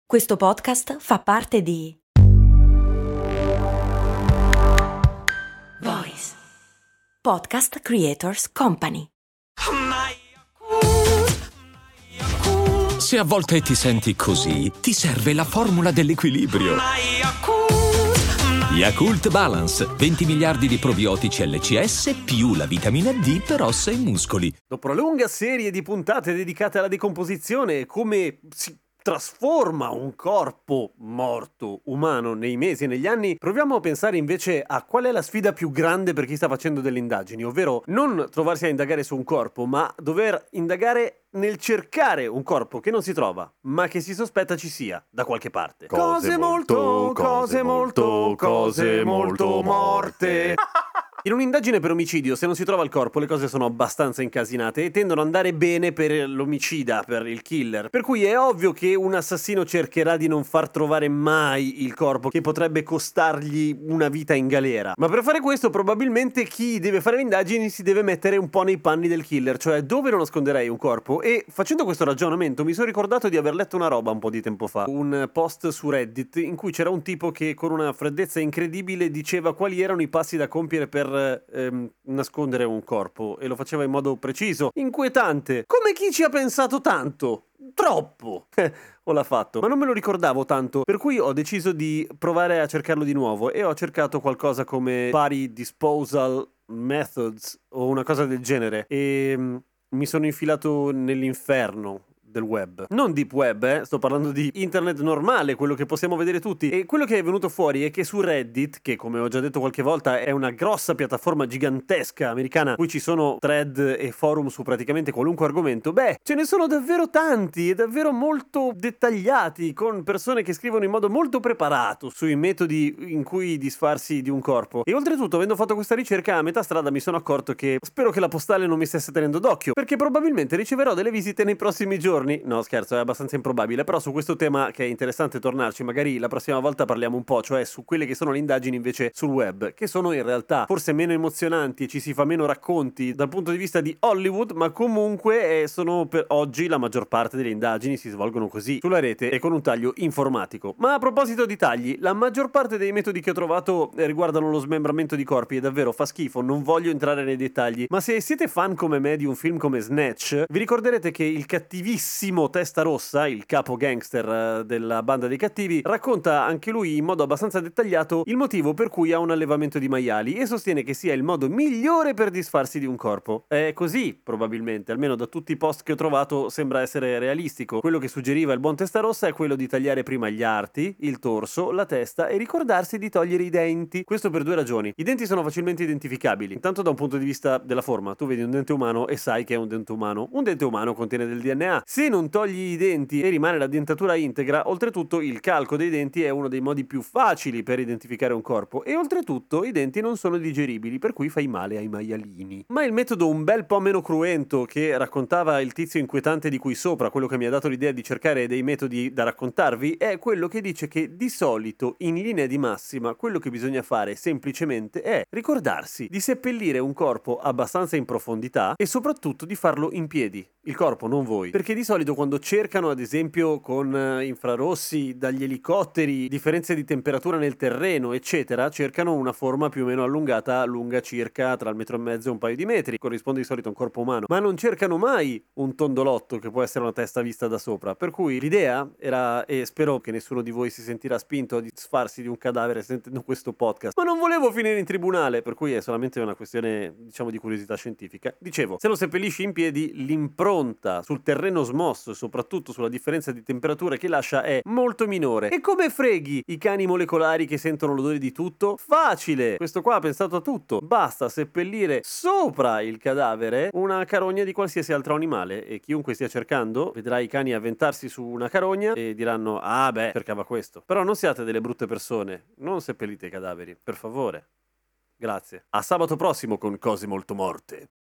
Questo podcast fa parte di Voice Podcast Creators Company. Se a volte ti senti così, ti serve la formula dell'equilibrio. Yakult Balance, 20 miliardi di probiotici LCS più la vitamina D per ossa e muscoli. Dopo la lunga serie di puntate dedicate alla decomposizione e come si trasforma un corpo morto umano nei mesi e negli anni, proviamo a pensare invece a qual è la sfida più grande per chi sta facendo delle indagini, ovvero non trovarsi a indagare su un corpo, ma dover indagare nel cercare un corpo che non si trova, ma che si sospetta ci sia da qualche parte. Cose molto morte. In un'indagine per omicidio, se non si trova il corpo, le cose sono abbastanza incasinate e tendono ad andare bene per l'omicida, per il killer. Per cui è ovvio che un assassino cercherà di non far trovare mai il corpo, che potrebbe costargli una vita in galera. Ma per fare questo, probabilmente chi deve fare le indagini si deve mettere un po' nei panni del killer, cioè dove lo nasconderei un corpo? E facendo questo ragionamento mi sono ricordato di aver letto una roba un po' di tempo fa, un post su Reddit in cui c'era un tipo che con una freddezza incredibile diceva quali erano i passi da compiere per nascondere un corpo, e lo faceva in modo preciso, inquietante, come chi ci ha pensato tanto, troppo. O l'ha fatto, ma non me lo ricordavo tanto, per cui ho deciso di provare a cercarlo di nuovo e ho cercato qualcosa come Body Disposal Methods o una cosa del genere e mi sono infilato nell'inferno del web. Non deep web, sto parlando di internet normale, quello che possiamo vedere tutti. E quello che è venuto fuori è che su Reddit, che come ho già detto qualche volta è una grossa piattaforma gigantesca americana, cui ci sono thread e forum su praticamente qualunque argomento, ce ne sono davvero tanti e davvero molto dettagliati, con persone che scrivono in modo molto preparato sui metodi in cui disfarsi di un corpo. E oltretutto, avendo fatto questa ricerca a metà strada, mi sono accorto che spero che la postale non mi stesse tenendo d'occhio, perché probabilmente riceverò delle visite nei prossimi giorni. No, scherzo, è abbastanza improbabile, però su questo tema che è interessante tornarci, magari la prossima volta parliamo un po', cioè su quelle che sono le indagini invece sul web, che sono in realtà forse meno emozionanti e ci si fa meno racconti dal punto di vista di Hollywood, ma comunque sono per oggi la maggior parte delle indagini si svolgono così, sulla rete e con un taglio informatico. Ma a proposito di tagli, la maggior parte dei metodi che ho trovato riguardano lo smembramento di corpi e davvero fa schifo, non voglio entrare nei dettagli, ma se siete fan come me di un film come Snatch, vi ricorderete che il cattivissimo Testa Rossa, il capo gangster della banda dei cattivi, racconta anche lui in modo abbastanza dettagliato il motivo per cui ha un allevamento di maiali e sostiene che sia il modo migliore per disfarsi di un corpo. È così, probabilmente, almeno da tutti i post che ho trovato sembra essere realistico. Quello che suggeriva il buon Testa Rossa è quello di tagliare prima gli arti, il torso, la testa e ricordarsi di togliere i denti. Questo per due ragioni. I denti sono facilmente identificabili, intanto da un punto di vista della forma. Tu vedi un dente umano e sai che è un dente umano. Un dente umano contiene del DNA. Se non togli i denti e rimane la dentatura integra, oltretutto il calco dei denti è uno dei modi più facili per identificare un corpo e oltretutto i denti non sono digeribili, per cui fai male ai maialini. Ma il metodo un bel po' meno cruento che raccontava il tizio inquietante di cui sopra, quello che mi ha dato l'idea di cercare dei metodi da raccontarvi, è quello che dice che di solito, in linea di massima, quello che bisogna fare semplicemente è ricordarsi di seppellire un corpo abbastanza in profondità e soprattutto di farlo in piedi. Il corpo, non voi. Perché di solito quando cercano, ad esempio con infrarossi dagli elicotteri, differenze di temperatura nel terreno, eccetera, cercano una forma più o meno allungata, lunga circa tra il metro e mezzo e un paio di metri, corrisponde di solito a un corpo umano, ma non cercano mai un tondolotto che può essere una testa vista da sopra. Per cui l'idea era, e spero che nessuno di voi si sentirà spinto a disfarsi di un cadavere sentendo questo podcast, ma non volevo finire in tribunale, per cui è solamente una questione, diciamo, di curiosità scientifica. Dicevo, se lo seppellisci in piedi, l'impronta sul terreno smosso e soprattutto sulla differenza di temperatura che lascia è molto minore. E come freghi i cani molecolari che sentono l'odore di tutto? Facile! Questo qua ha pensato a tutto. Basta seppellire sopra il cadavere una carogna di qualsiasi altro animale e chiunque stia cercando vedrà i cani avventarsi su una carogna e diranno cercava questo. Però non siate delle brutte persone, non seppellite i cadaveri, per favore. Grazie. A sabato prossimo con Cose Molto Morte.